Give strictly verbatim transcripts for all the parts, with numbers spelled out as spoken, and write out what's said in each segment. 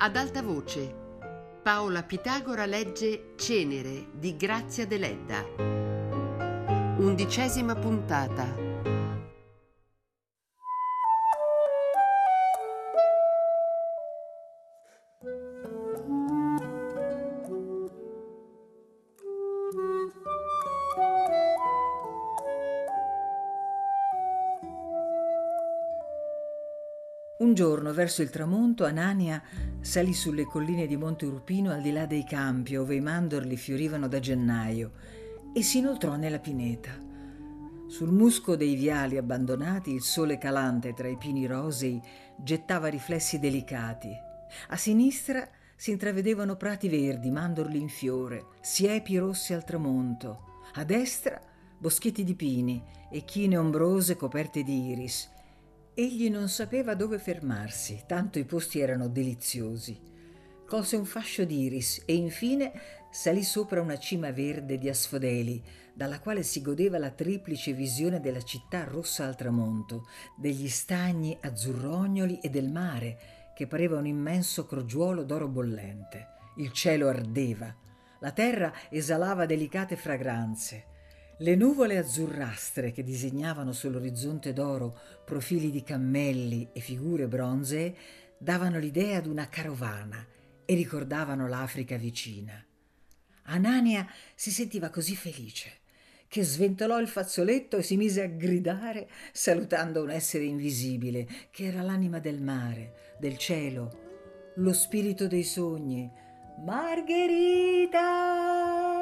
Ad alta voce, Paola Pitagora legge Cenere di Grazia Deledda. Undicesima puntata. Un giorno, verso il tramonto, Anania salì sulle colline di Monte Urpino al di là dei campi, ove i mandorli fiorivano da gennaio, e si inoltrò nella pineta. Sul musco dei viali abbandonati il sole calante tra i pini rosei gettava riflessi delicati. A sinistra si intravedevano prati verdi, mandorli in fiore, siepi rossi al tramonto. A destra boschetti di pini e chine ombrose coperte di iris. Egli non sapeva dove fermarsi, tanto i posti erano deliziosi. Colse un fascio d'iris e infine salì sopra una cima verde di asfodeli, dalla quale si godeva la triplice visione della città rossa al tramonto, degli stagni azzurrognoli e del mare, che pareva un immenso crogiuolo d'oro bollente. Il cielo ardeva, la terra esalava delicate fragranze. Le nuvole azzurrastre che disegnavano sull'orizzonte d'oro profili di cammelli e figure bronzee davano l'idea di una carovana e ricordavano l'Africa vicina. Anania si sentiva così felice che sventolò il fazzoletto e si mise a gridare salutando un essere invisibile che era l'anima del mare, del cielo, lo spirito dei sogni. Margherita!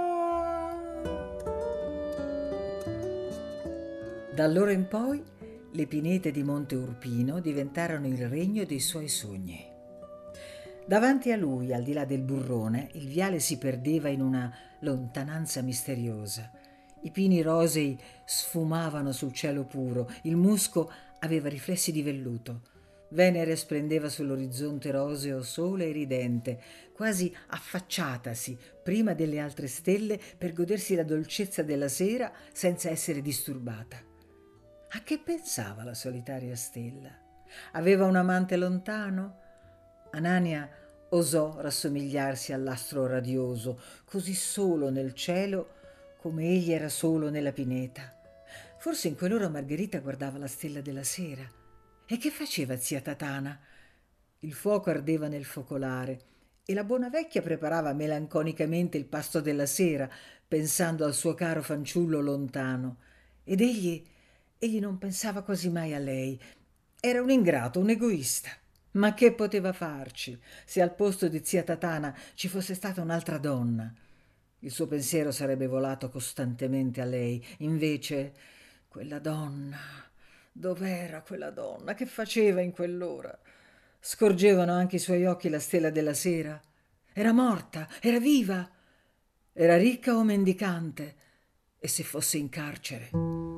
Da allora in poi le pinete di Monte Urpino diventarono il regno dei suoi sogni. Davanti a lui, al di là del burrone, il viale si perdeva in una lontananza misteriosa. I pini rosei sfumavano sul cielo puro, il musco aveva riflessi di velluto. Venere splendeva sull'orizzonte roseo sole e ridente, quasi affacciatasi prima delle altre stelle per godersi la dolcezza della sera senza essere disturbata. A che pensava la solitaria stella? Aveva un amante lontano? Anania osò rassomigliarsi all'astro radioso, così solo nel cielo come egli era solo nella pineta. Forse in quell'ora Margherita guardava la stella della sera. E che faceva zia Tatana? Il fuoco ardeva nel focolare e la buona vecchia preparava melanconicamente il pasto della sera, pensando al suo caro fanciullo lontano. Ed egli... Egli non pensava quasi mai a lei. Era un ingrato, un egoista. Ma che poteva farci se al posto di zia Tatana ci fosse stata un'altra donna? Il suo pensiero sarebbe volato costantemente a lei. Invece, quella donna... Dov'era quella donna? Che faceva in quell'ora? Scorgevano anche i suoi occhi la stella della sera? Era morta? Era viva? Era ricca o mendicante? E se fosse in carcere?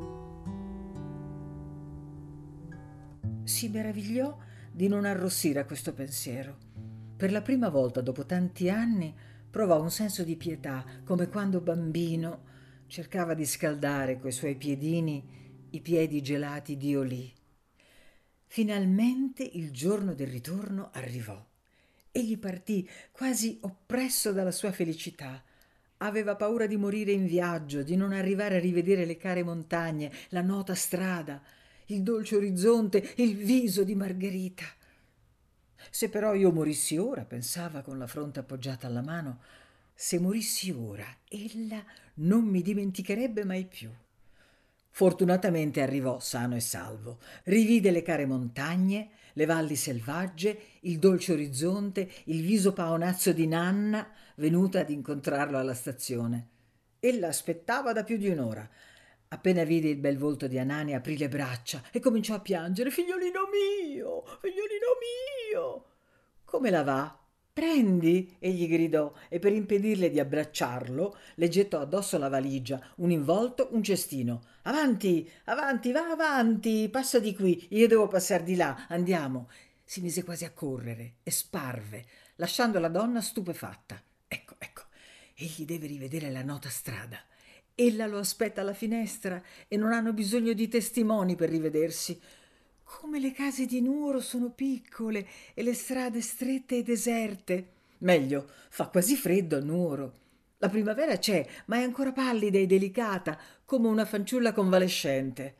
Si meravigliò di non arrossire a questo pensiero. Per la prima volta dopo tanti anni provò un senso di pietà, come quando bambino cercava di scaldare coi suoi piedini i piedi gelati di Olì. Finalmente il giorno del ritorno arrivò. Egli partì quasi oppresso dalla sua felicità. Aveva paura di morire in viaggio, di non arrivare a rivedere le care montagne, la nota strada, il dolce orizzonte, il viso di Margherita. Se però io morissi ora, pensava con la fronte appoggiata alla mano, se morissi ora, ella non mi dimenticherebbe mai più. Fortunatamente arrivò sano e salvo, rivide le care montagne, le valli selvagge, il dolce orizzonte, il viso paonazzo di Nanna, venuta ad incontrarlo alla stazione. Ella aspettava da più di un'ora. Appena vide il bel volto di Anania, aprì le braccia e cominciò a piangere. «Figliolino mio, figliolino mio!» «Come la va?» «Prendi!» egli gridò e per impedirle di abbracciarlo le gettò addosso la valigia, un involto, un cestino. «Avanti, avanti, va avanti, passa di qui, io devo passare di là, andiamo!» Si mise quasi a correre e sparve, lasciando la donna stupefatta. «Ecco, ecco, egli deve rivedere la nota strada. Ella lo aspetta alla finestra e non hanno bisogno di testimoni per rivedersi. come le case di Nuoro sono piccole e le strade strette e deserte. Meglio, fa quasi freddo a Nuoro. La primavera c'è, ma è ancora pallida e delicata, come una fanciulla convalescente.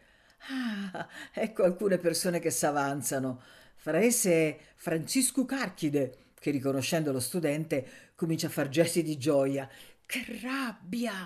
Ah, ecco alcune persone che s'avanzano. Fra esse Francisco Carchide, che riconoscendo lo studente comincia a far gesti di gioia. Che rabbia!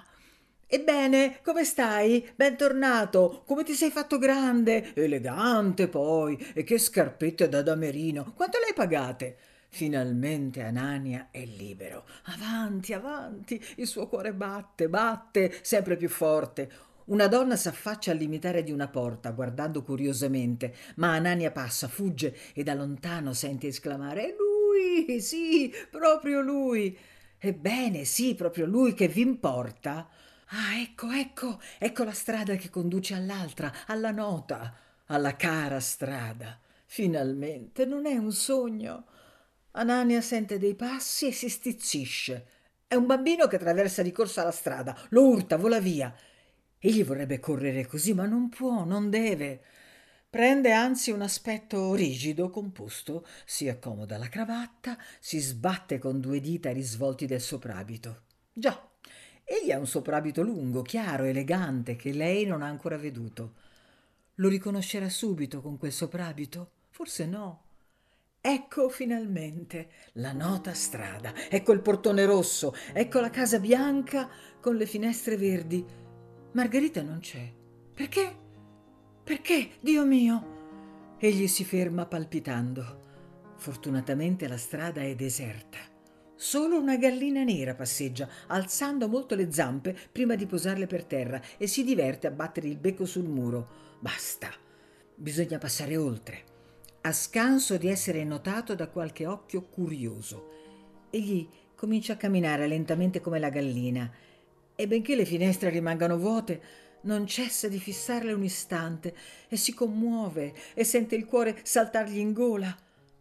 Ebbene, come stai? Bentornato. Come ti sei fatto grande? Elegante poi. E che scarpette da damerino. Quanto le hai pagate? Finalmente Anania è libero. Avanti, avanti. Il suo cuore batte, batte, sempre più forte. Una donna s'affaccia al limitare di una porta, guardando curiosamente, ma Anania passa, fugge e da lontano sente esclamare: «È lui! Sì, proprio lui!» «Ebbene, sì, proprio lui, che v'importa?» «Ah, ecco, ecco, ecco la strada che conduce all'altra, alla nota, alla cara strada. Finalmente, non è un sogno!» Anania sente dei passi e si stizzisce. È un bambino che attraversa di corsa la strada, lo urta, vola via. Egli vorrebbe correre così, ma non può, non deve. Prende anzi un aspetto rigido, composto, si accomoda la cravatta, si sbatte con due dita i risvolti del soprabito. Già, egli ha un soprabito lungo, chiaro, elegante, che lei non ha ancora veduto. Lo riconoscerà subito con quel soprabito? Forse no. Ecco finalmente la nota strada, ecco il portone rosso, ecco la casa bianca con le finestre verdi. Margherita non c'è. Perché? Perché, Dio mio? Egli si ferma palpitando. Fortunatamente la strada è deserta. Solo una gallina nera passeggia, alzando molto le zampe prima di posarle per terra, e si diverte a battere il becco sul muro. Basta, bisogna passare oltre, a scanso di essere notato da qualche occhio curioso. Egli comincia a camminare lentamente come la gallina, e benché le finestre rimangano vuote, non cessa di fissarle un istante, e si commuove e sente il cuore saltargli in gola.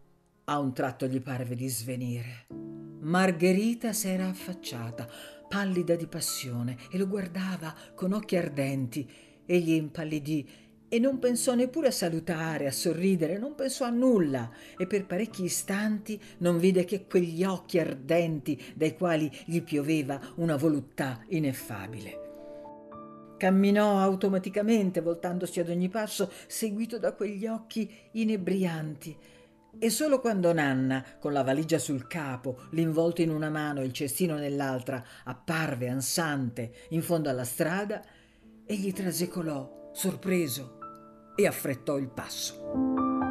A un tratto gli parve di svenire. Margherita s'era affacciata, pallida di passione, e lo guardava con occhi ardenti. Egli impallidì e non pensò neppure a salutare, a sorridere, non pensò a nulla, e per parecchi istanti non vide che quegli occhi ardenti dai quali gli pioveva una voluttà ineffabile. Camminò automaticamente, voltandosi ad ogni passo, seguito da quegli occhi inebrianti. E solo quando Nanna, con la valigia sul capo, l'involto in una mano e il cestino nell'altra, apparve ansante in fondo alla strada, egli trasecolò, sorpreso, e affrettò il passo.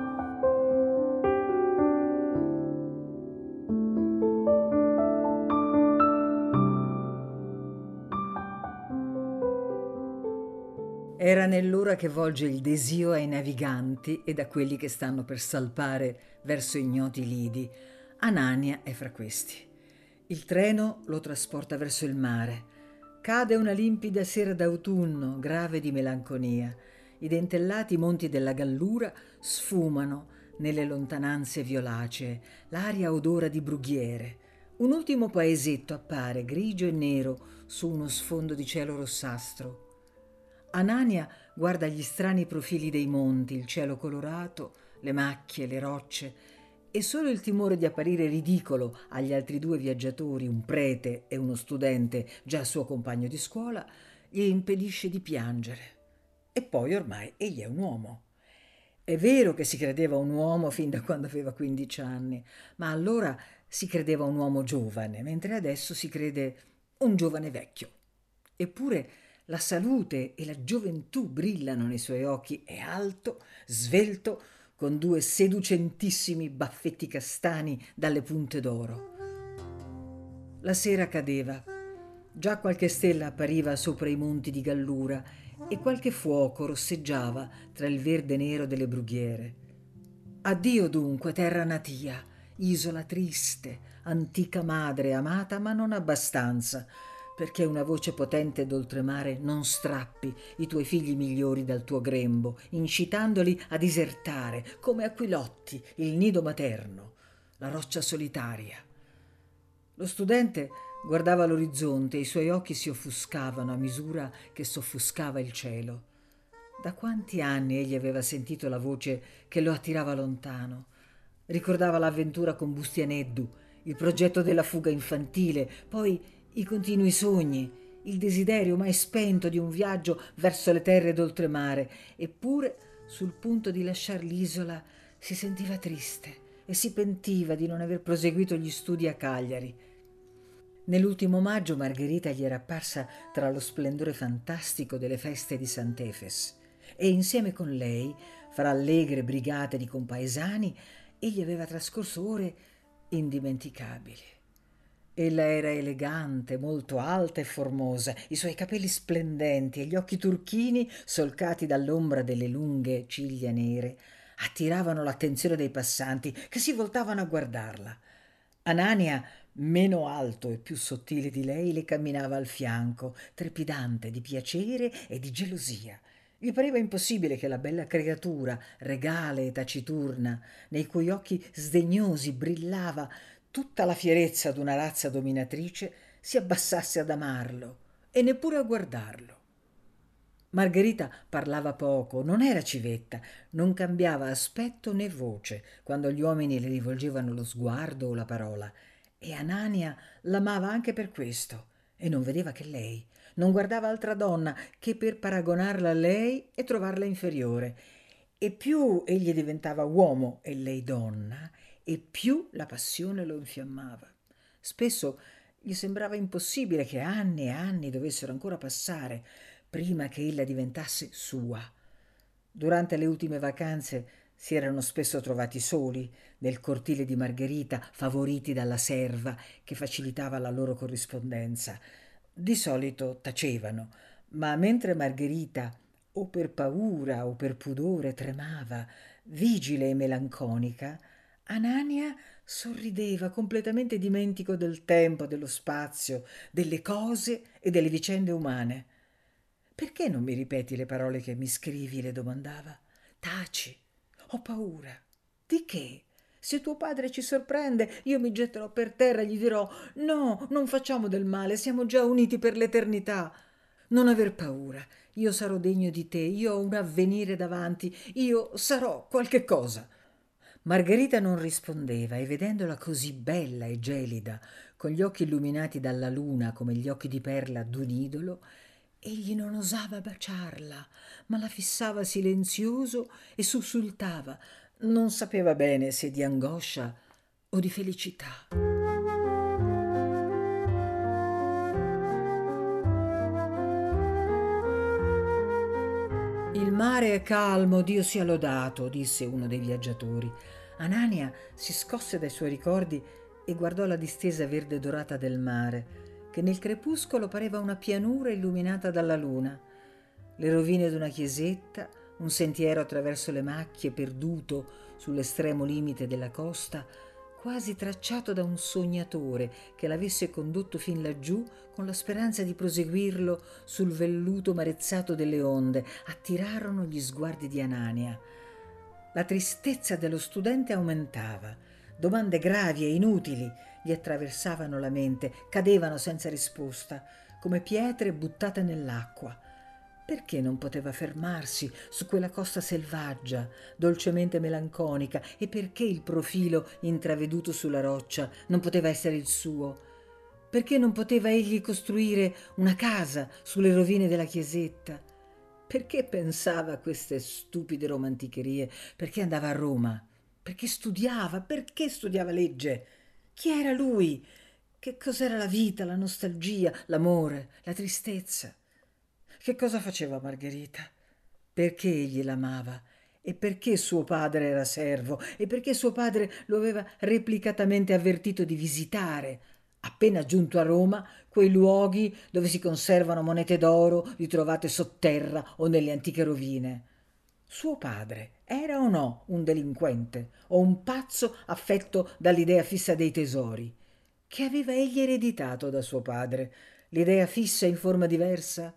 Era nell'ora che volge il desio ai naviganti ed a quelli che stanno per salpare verso ignoti lidi. Anania è fra questi. Il treno lo trasporta verso il mare. Cade una limpida sera d'autunno, grave di melanconia. I dentellati monti della Gallura sfumano nelle lontananze violacee. L'aria odora di brughiere. Un ultimo paesetto appare, grigio e nero, su uno sfondo di cielo rossastro. Anania guarda gli strani profili dei monti, il cielo colorato, le macchie, le rocce, e solo il timore di apparire ridicolo agli altri due viaggiatori, un prete e uno studente già suo compagno di scuola, gli impedisce di piangere. E poi ormai egli è un uomo. È vero che si credeva un uomo fin da quando aveva quindici anni, ma allora si credeva un uomo giovane, mentre adesso si crede un giovane vecchio. Eppure la salute e la gioventù brillano nei suoi occhi. È alto, svelto, con due seducentissimi baffetti castani dalle punte d'oro. La sera cadeva. Già qualche stella appariva sopra i monti di Gallura e qualche fuoco rosseggiava tra il verde nero delle brughiere. Addio dunque, terra natia, isola triste, antica madre amata ma non abbastanza, perché una voce potente d'oltremare non strappi i tuoi figli migliori dal tuo grembo, incitandoli a disertare, come aquilotti, il nido materno, la roccia solitaria. Lo studente guardava l'orizzonte e i suoi occhi si offuscavano a misura che s'offuscava il cielo. Da quanti anni egli aveva sentito la voce che lo attirava lontano. Ricordava l'avventura con Bustianeddu, il progetto della fuga infantile, poi i continui sogni, il desiderio mai spento di un viaggio verso le terre d'oltremare. Eppure, sul punto di lasciar l'isola, si sentiva triste e si pentiva di non aver proseguito gli studi a Cagliari. Nell'ultimo maggio Margherita gli era apparsa tra lo splendore fantastico delle feste di Sant'Efes e insieme con lei, fra allegre brigate di compaesani, egli aveva trascorso ore indimenticabili. Ella era elegante, molto alta e formosa, i suoi capelli splendenti e gli occhi turchini, solcati dall'ombra delle lunghe ciglia nere, attiravano l'attenzione dei passanti che si voltavano a guardarla. Anania, meno alto e più sottile di lei, le camminava al fianco, trepidante di piacere e di gelosia. Gli pareva impossibile che la bella creatura, regale e taciturna, nei cui occhi sdegnosi brillava tutta la fierezza d'una razza dominatrice, si abbassasse ad amarlo e neppure a guardarlo. Margherita parlava poco, non era civetta, non cambiava aspetto né voce quando gli uomini le rivolgevano lo sguardo o la parola, e Anania l'amava anche per questo, e non vedeva che lei, non guardava altra donna che per paragonarla a lei e trovarla inferiore. E più egli diventava uomo e lei donna, e più la passione lo infiammava. Spesso gli sembrava impossibile che anni e anni dovessero ancora passare prima che ella diventasse sua. Durante le ultime vacanze si erano spesso trovati soli nel cortile di Margherita, favoriti dalla serva che facilitava la loro corrispondenza. Di solito tacevano, ma mentre Margherita, o per paura o per pudore, tremava, vigile e melanconica, Anania sorrideva, completamente dimentico del tempo, dello spazio, delle cose e delle vicende umane. «Perché non mi ripeti le parole che mi scrivi?» le domandava. «Taci, ho paura». «Di che? Se tuo padre ci sorprende, io mi getterò per terra e gli dirò: no, non facciamo del male, siamo già uniti per l'eternità». «Non aver paura, io sarò degno di te, io ho un avvenire davanti, io sarò qualche cosa». Margherita non rispondeva e vedendola così bella e gelida, con gli occhi illuminati dalla luna come gli occhi di perla d'un idolo, egli non osava baciarla, ma la fissava silenzioso e sussultava. Non sapeva bene se di angoscia o di felicità. «Il mare è calmo, Dio sia lodato», disse uno dei viaggiatori. Anania si scosse dai suoi ricordi e guardò la distesa verde dorata del mare, che nel crepuscolo pareva una pianura illuminata dalla luna. Le rovine d'una chiesetta, un sentiero attraverso le macchie perduto sull'estremo limite della costa, quasi tracciato da un sognatore che l'avesse condotto fin laggiù con la speranza di proseguirlo sul velluto marezzato delle onde, attirarono gli sguardi di Anania. La tristezza dello studente aumentava. Domande gravi e inutili gli attraversavano la mente, cadevano senza risposta, come pietre buttate nell'acqua. Perché non poteva fermarsi su quella costa selvaggia, dolcemente melanconica, e perché il profilo intraveduto sulla roccia non poteva essere il suo? Perché non poteva egli costruire una casa sulle rovine della chiesetta? Perché pensava a queste stupide romanticherie? Perché andava a Roma? Perché studiava? Perché studiava legge? Chi era lui? Che cos'era la vita, la nostalgia, l'amore, la tristezza? Che cosa faceva Margherita? Perché egli l'amava? E perché suo padre era servo? E perché suo padre lo aveva replicatamente avvertito di visitare, appena giunto a Roma, quei luoghi dove si conservano monete d'oro ritrovate sotterra o nelle antiche rovine? Suo padre era o no un delinquente o un pazzo affetto dall'idea fissa dei tesori? Che aveva egli ereditato da suo padre? L'idea fissa in forma diversa?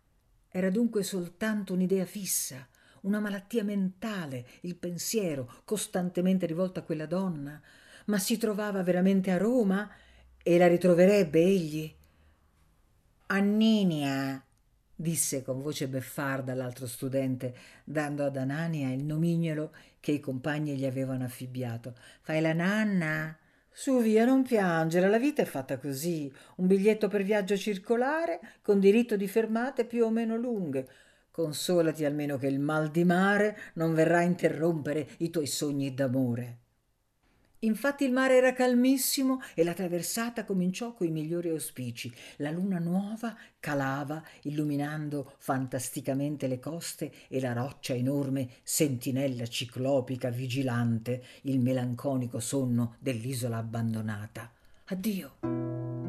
Era dunque soltanto un'idea fissa, una malattia mentale, il pensiero costantemente rivolto a quella donna? Ma si trovava veramente a Roma e la ritroverebbe egli? «Anninia», disse con voce beffarda l'altro studente, dando ad Anania il nomignolo che i compagni gli avevano affibbiato. Fai la nanna? Su via, non piangere, la vita è fatta così, un biglietto per viaggio circolare con diritto di fermate più o meno lunghe. Consolati almeno che il mal di mare non verrà a interrompere i tuoi sogni d'amore. Infatti il mare era calmissimo e la traversata cominciò coi migliori auspici. La luna nuova calava, illuminando fantasticamente le coste e la roccia enorme, sentinella ciclopica vigilante, il melanconico sonno dell'isola abbandonata. Addio.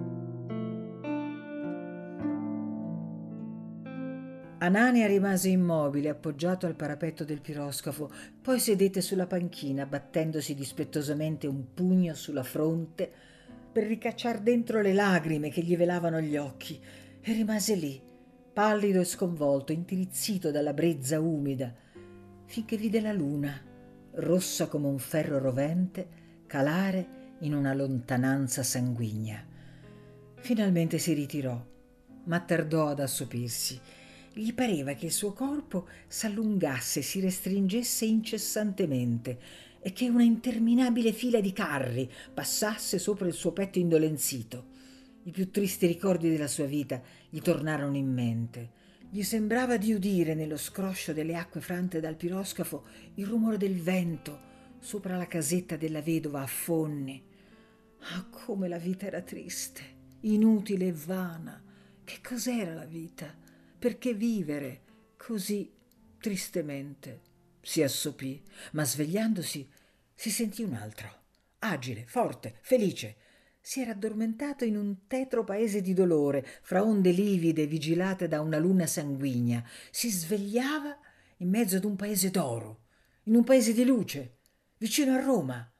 Anania rimase immobile, appoggiato al parapetto del piroscafo, poi sedette sulla panchina, battendosi dispettosamente un pugno sulla fronte per ricacciar dentro le lagrime che gli velavano gli occhi, e rimase lì, pallido e sconvolto, intirizzito dalla brezza umida, finché vide la luna, rossa come un ferro rovente, calare in una lontananza sanguigna. Finalmente si ritirò, ma tardò ad assopirsi. Gli pareva che il suo corpo s'allungasse, si restringesse incessantemente e che una interminabile fila di carri passasse sopra il suo petto indolenzito. I più tristi ricordi della sua vita gli tornarono in mente. Gli sembrava di udire nello scroscio delle acque frante dal piroscafo il rumore del vento sopra la casetta della vedova a Fonni. Ah, come la vita era triste, inutile e vana. Che cos'era la vita? Perché vivere così tristemente? Si assopì, ma svegliandosi si sentì un altro, agile, forte, felice. Si era addormentato in un tetro paese di dolore, fra onde livide vigilate da una luna sanguigna. Si svegliava in mezzo ad un paese d'oro, in un paese di luce, vicino a Roma.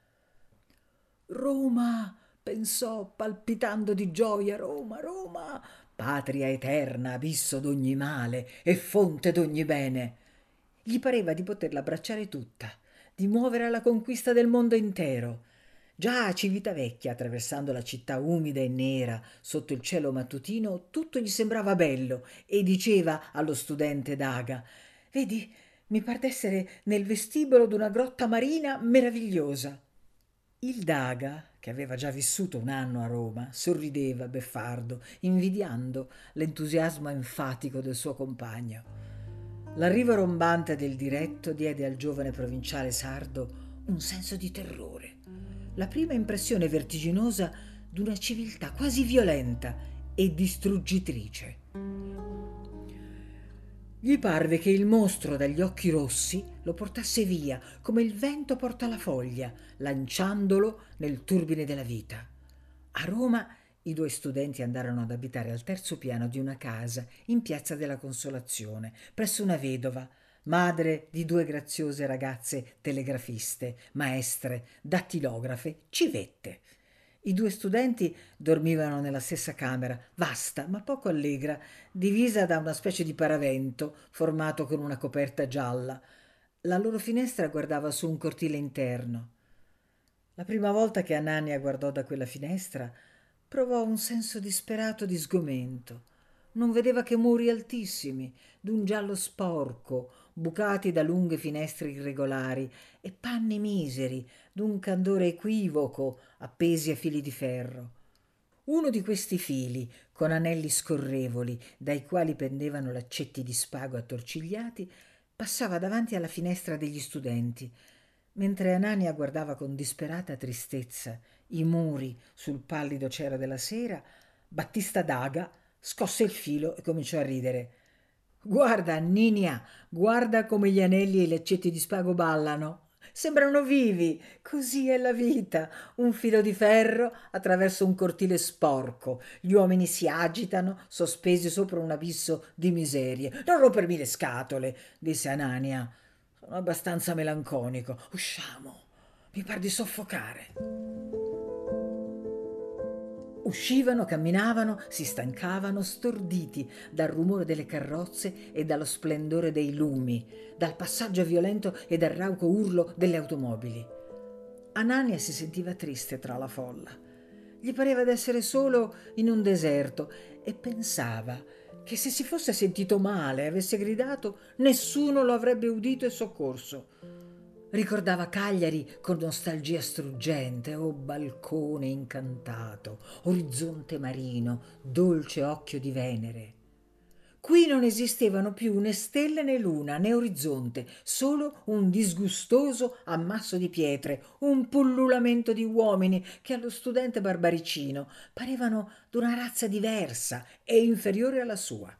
Roma, pensò palpitando di gioia, Roma, Roma, patria eterna, abisso d'ogni male e fonte d'ogni bene. Gli pareva di poterla abbracciare tutta, di muovere alla conquista del mondo intero. Già a Civitavecchia, attraversando la città umida e nera sotto il cielo mattutino, tutto gli sembrava bello e diceva allo studente Daga: «Vedi, mi par d'essere nel vestibolo d'una grotta marina meravigliosa». Il Daga, che aveva già vissuto un anno a Roma, sorrideva beffardo, invidiando l'entusiasmo enfatico del suo compagno. L'arrivo rombante del diretto diede al giovane provinciale sardo un senso di terrore, la prima impressione vertiginosa d'una civiltà quasi violenta e distruggitrice. Gli parve che il mostro dagli occhi rossi lo portasse via, come il vento porta la foglia, lanciandolo nel turbine della vita. A Roma i due studenti andarono ad abitare al terzo piano di una casa in Piazza della Consolazione, presso una vedova, madre di due graziose ragazze telegrafiste, maestre, dattilografe, civette. I due studenti dormivano nella stessa camera, vasta ma poco allegra, divisa da una specie di paravento formato con una coperta gialla. La loro finestra guardava su un cortile interno. La prima volta che Anania guardò da quella finestra, provò un senso disperato di sgomento. Non vedeva che muri altissimi, d'un giallo sporco, bucati da lunghe finestre irregolari, e panni miseri, d'un candore equivoco, appesi a fili di ferro. Uno di questi fili, con anelli scorrevoli, dai quali pendevano laccetti di spago attorcigliati, passava davanti alla finestra degli studenti. Mentre Anania guardava con disperata tristezza i muri sul pallido cielo della sera, Battista Daga scosse il filo e cominciò a ridere. «Guarda, Ninia, guarda come gli anelli e i laccetti di spago ballano. Sembrano vivi. Così è la vita. Un filo di ferro attraverso un cortile sporco. Gli uomini si agitano, sospesi sopra un abisso di miserie. Non rompermi le scatole», disse Anania. «Sono abbastanza melanconico. Usciamo. Mi par di soffocare». Uscivano, camminavano, si stancavano, storditi dal rumore delle carrozze e dallo splendore dei lumi, dal passaggio violento e dal rauco urlo delle automobili. Anania si sentiva triste tra la folla. Gli pareva d'essere solo in un deserto e pensava che se si fosse sentito male e avesse gridato, nessuno lo avrebbe udito e soccorso. Ricordava Cagliari con nostalgia struggente, o balcone incantato, orizzonte marino, dolce occhio di Venere. Qui non esistevano più né stelle né luna né orizzonte, solo un disgustoso ammasso di pietre, un pullulamento di uomini che allo studente barbaricino parevano d'una razza diversa e inferiore alla sua.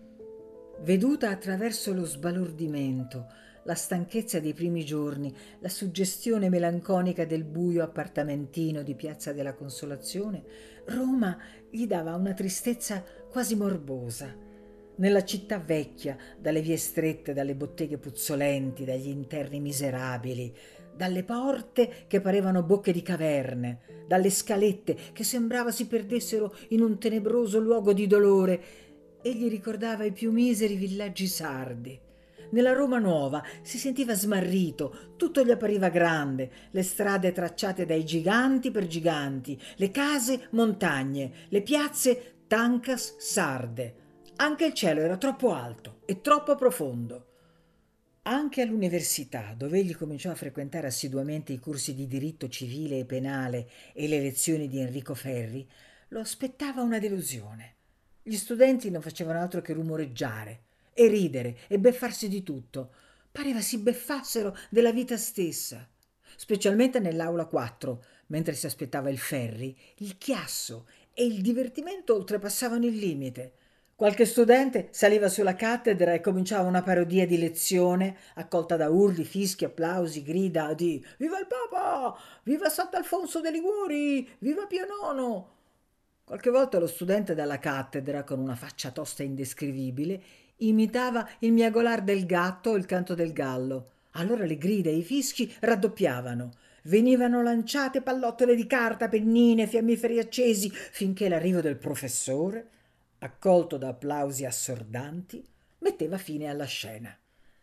Veduta attraverso lo sbalordimento, la stanchezza dei primi giorni, la suggestione melanconica del buio appartamentino di Piazza della Consolazione, Roma gli dava una tristezza quasi morbosa. Nella città vecchia, dalle vie strette, dalle botteghe puzzolenti, dagli interni miserabili, dalle porte che parevano bocche di caverne, dalle scalette che sembrava si perdessero in un tenebroso luogo di dolore, egli ricordava i più miseri villaggi sardi. Nella Roma nuova si sentiva smarrito, tutto gli appariva grande, le strade tracciate dai giganti per giganti, le case montagne, le piazze tancas sarde. Anche il cielo era troppo alto e troppo profondo. Anche all'università, dove egli cominciò a frequentare assiduamente i corsi di diritto civile e penale e le lezioni di Enrico Ferri, lo aspettava una delusione. Gli studenti non facevano altro che rumoreggiare e ridere e beffarsi di tutto. Pareva si beffassero della vita stessa. Specialmente nell'aula quattro, mentre si aspettava il Ferri, il chiasso e il divertimento oltrepassavano il limite. Qualche studente saliva sulla cattedra e cominciava una parodia di lezione, accolta da urli, fischi, applausi, grida di «Viva il Papa! Viva Sant'Alfonso de' Liguori! Viva Pio nono!». Qualche volta lo studente dalla cattedra, con una faccia tosta e indescrivibile, imitava il miagolar del gatto o il canto del gallo. Allora le grida e i fischi raddoppiavano. Venivano lanciate pallottole di carta, pennine, fiammiferi accesi, finché l'arrivo del professore, accolto da applausi assordanti, metteva fine alla scena.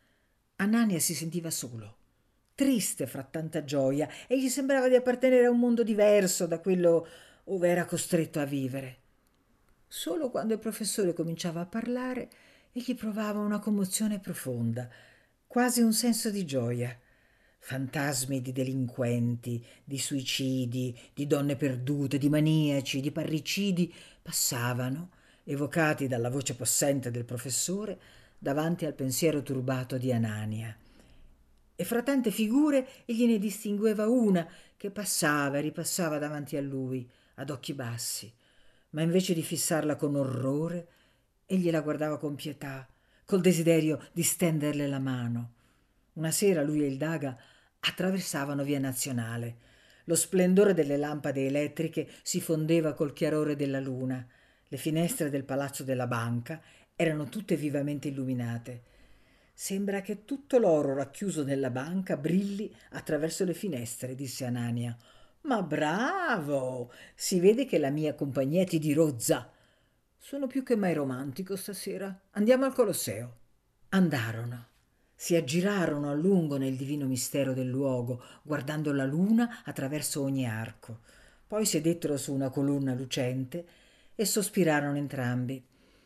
Anania si sentiva solo, triste fra tanta gioia, e gli sembrava di appartenere a un mondo diverso da quello ove era costretto a vivere. Solo quando il professore cominciava a parlare, egli provava una commozione profonda, quasi un senso di gioia. Fantasmi di delinquenti, di suicidi, di donne perdute, di maniaci, di parricidi passavano, evocati dalla voce possente del professore, davanti al pensiero turbato di Anania. E fra tante figure egli ne distingueva una che passava e ripassava davanti a lui, ad occhi bassi, ma invece di fissarla con orrore, egli la guardava con pietà, col desiderio di stenderle la mano. Una sera lui e il Daga attraversavano via Nazionale. Lo splendore delle lampade elettriche si fondeva col chiarore della luna. Le finestre del palazzo della banca erano tutte vivamente illuminate. «Sembra che tutto l'oro racchiuso nella banca brilli attraverso le finestre», disse Anania. «Ma bravo! Si vede che la mia compagnia ti dirozza. Sono più che mai romantico stasera. Andiamo al Colosseo». Andarono. Si aggirarono a lungo nel divino mistero del luogo, guardando la luna attraverso ogni arco. Poi sedettero su una colonna lucente e sospirarono entrambi.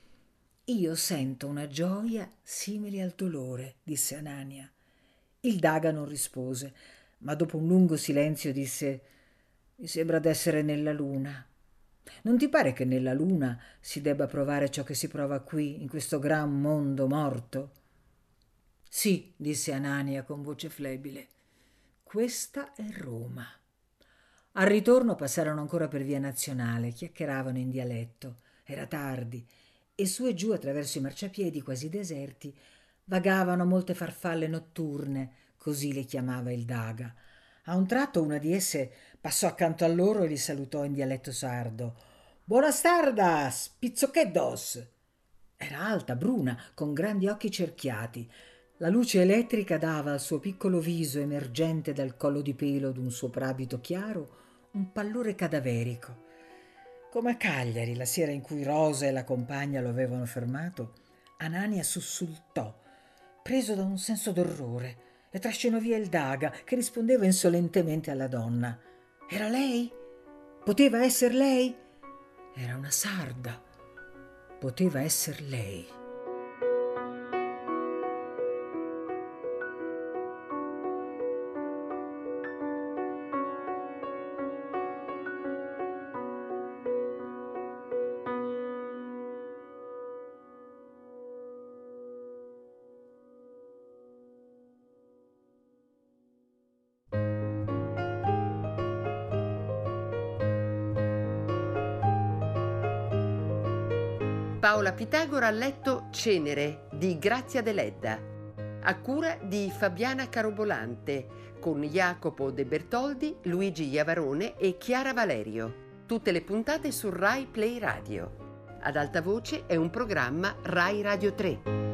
«Io sento una gioia simile al dolore», disse Anania. Il Daga non rispose, ma dopo un lungo silenzio disse: «Mi sembra d'essere nella luna. Non ti pare che nella luna si debba provare ciò che si prova qui, in questo gran mondo morto?» «Sì», disse Anania con voce flebile, «questa è Roma». Al ritorno passarono ancora per via Nazionale, chiacchieravano in dialetto. Era tardi e su e giù attraverso i marciapiedi quasi deserti vagavano molte farfalle notturne, così le chiamava il Daga. A un tratto una di esse passò accanto a loro e li salutò in dialetto sardo. «Buonas tardas, pizzocheddos!» Era alta, bruna, con grandi occhi cerchiati. La luce elettrica dava al suo piccolo viso, emergente dal collo di pelo d'un suo abito chiaro, un pallore cadaverico. Come a Cagliari, la sera in cui Rosa e la compagna lo avevano fermato, Anania sussultò, preso da un senso d'orrore, e trascinò via il Daga, che rispondeva insolentemente alla donna. Era lei? Poteva esser lei? Era una sarda. poteva essere lei. Paola Pitagora ha letto Cenere di Grazia Deledda, a cura di Fabiana Carobolante, con Jacopo De Bertoldi, Luigi Iavarone e Chiara Valerio. Tutte le puntate su Rai Play Radio. Ad alta voce è un programma Rai Radio tre.